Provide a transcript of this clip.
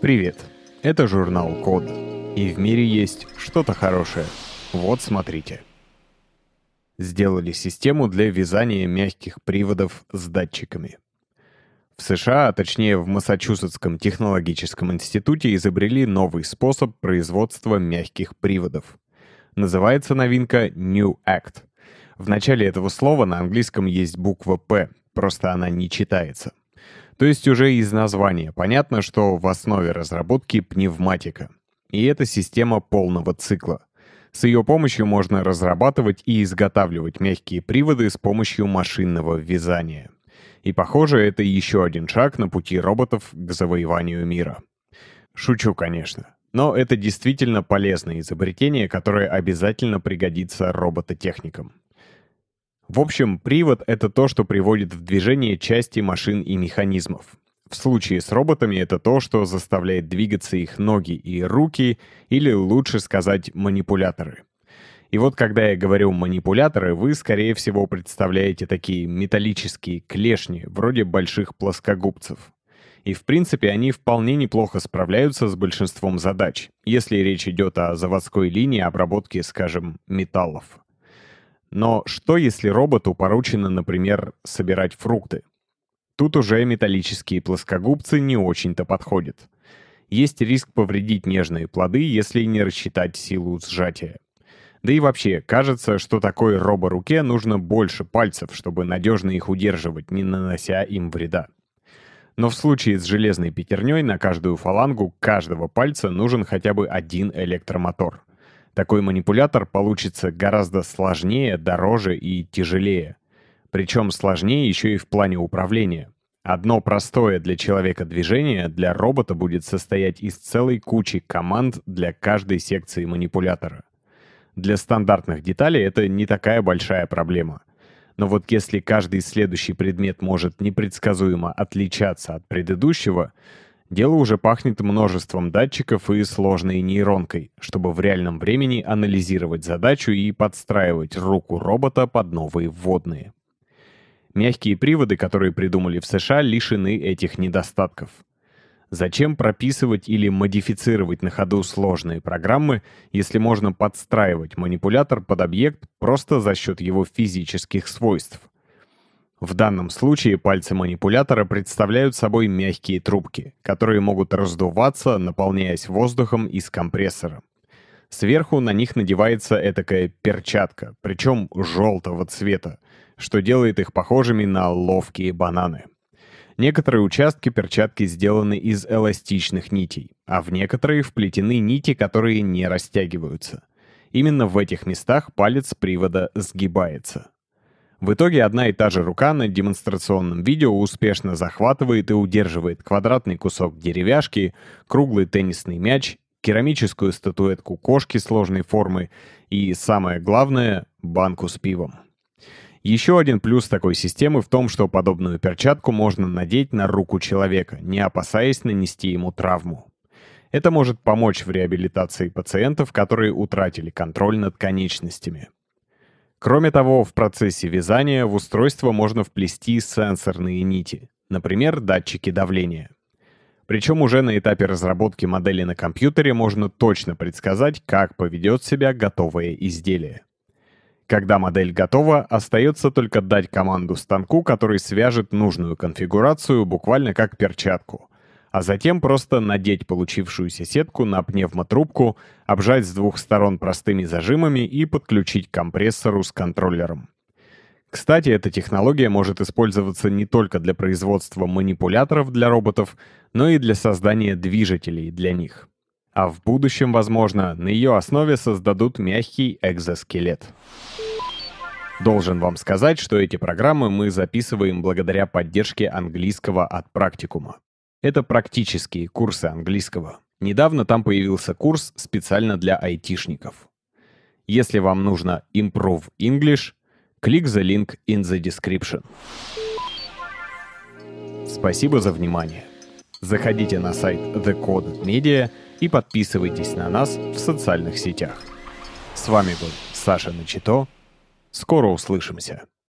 Привет! Это журнал Код. И в мире есть что-то хорошее. Вот смотрите. Сделали систему для вязания мягких приводов с датчиками. В США, а точнее в Массачусетском технологическом институте, изобрели новый способ производства мягких приводов. Называется новинка New Act. В начале этого слова на английском есть буква «П», просто она не читается. То есть уже из названия понятно, что в основе разработки пневматика. И это система полного цикла. С ее помощью можно разрабатывать и изготавливать мягкие приводы с помощью машинного вязания. И похоже, это еще один шаг на пути роботов к завоеванию мира. Шучу, конечно. Но это действительно полезное изобретение, которое обязательно пригодится робототехникам. В общем, привод — это то, что приводит в движение части машин и механизмов. В случае с роботами это то, что заставляет двигаться их ноги и руки, или лучше сказать, манипуляторы. И вот когда я говорю «манипуляторы», вы, скорее всего, представляете такие металлические клешни, вроде больших плоскогубцев. И в принципе они вполне неплохо справляются с большинством задач, если речь идет о заводской линии обработки, скажем, металлов. Но что, если роботу поручено, например, собирать фрукты? Тут уже металлические плоскогубцы не очень-то подходят. Есть риск повредить нежные плоды, если не рассчитать силу сжатия. Да и вообще, кажется, что такой роборуке нужно больше пальцев, чтобы надежно их удерживать, не нанося им вреда. Но в случае с железной пятерней на каждую фалангу каждого пальца нужен хотя бы один электромотор. Такой манипулятор получится гораздо сложнее, дороже и тяжелее. Причем сложнее еще и в плане управления. Одно простое для человека движение для робота будет состоять из целой кучи команд для каждой секции манипулятора. Для стандартных деталей это не такая большая проблема. Но вот если каждый следующий предмет может непредсказуемо отличаться от предыдущего, дело уже пахнет множеством датчиков и сложной нейронкой, чтобы в реальном времени анализировать задачу и подстраивать руку робота под новые вводные. Мягкие приводы, которые придумали в США, лишены этих недостатков. Зачем прописывать или модифицировать на ходу сложные программы, если можно подстраивать манипулятор под объект просто за счет его физических свойств? В данном случае пальцы манипулятора представляют собой мягкие трубки, которые могут раздуваться, наполняясь воздухом из компрессора. Сверху на них надевается этакая перчатка, причем желтого цвета, что делает их похожими на ловкие бананы. Некоторые участки перчатки сделаны из эластичных нитей, а в некоторые вплетены нити, которые не растягиваются. Именно в этих местах палец привода сгибается. В итоге одна и та же рука на демонстрационном видео успешно захватывает и удерживает квадратный кусок деревяшки, круглый теннисный мяч, керамическую статуэтку кошки сложной формы и, самое главное, банку с пивом. Еще один плюс такой системы в том, что подобную перчатку можно надеть на руку человека, не опасаясь нанести ему травму. Это может помочь в реабилитации пациентов, которые утратили контроль над конечностями. Кроме того, в процессе вязания в устройство можно вплести сенсорные нити, например, датчики давления. Причем уже на этапе разработки модели на компьютере можно точно предсказать, как поведет себя готовое изделие. Когда модель готова, остается только дать команду станку, который свяжет нужную конфигурацию буквально как перчатку, а затем просто надеть получившуюся сетку на пневмотрубку, обжать с двух сторон простыми зажимами и подключить к компрессору с контроллером. Кстати, эта технология может использоваться не только для производства манипуляторов для роботов, но и для создания движителей для них. А в будущем, возможно, на ее основе создадут мягкий экзоскелет. Должен вам сказать, что эти программы мы записываем благодаря поддержке английского от Практикума. Это практические курсы английского. Недавно там появился курс специально для айтишников. Если вам нужно Improve English, click the link in the description. Спасибо за внимание. Заходите на сайт The Code Media и подписывайтесь на нас в социальных сетях. С вами был Саша Начито. Скоро услышимся.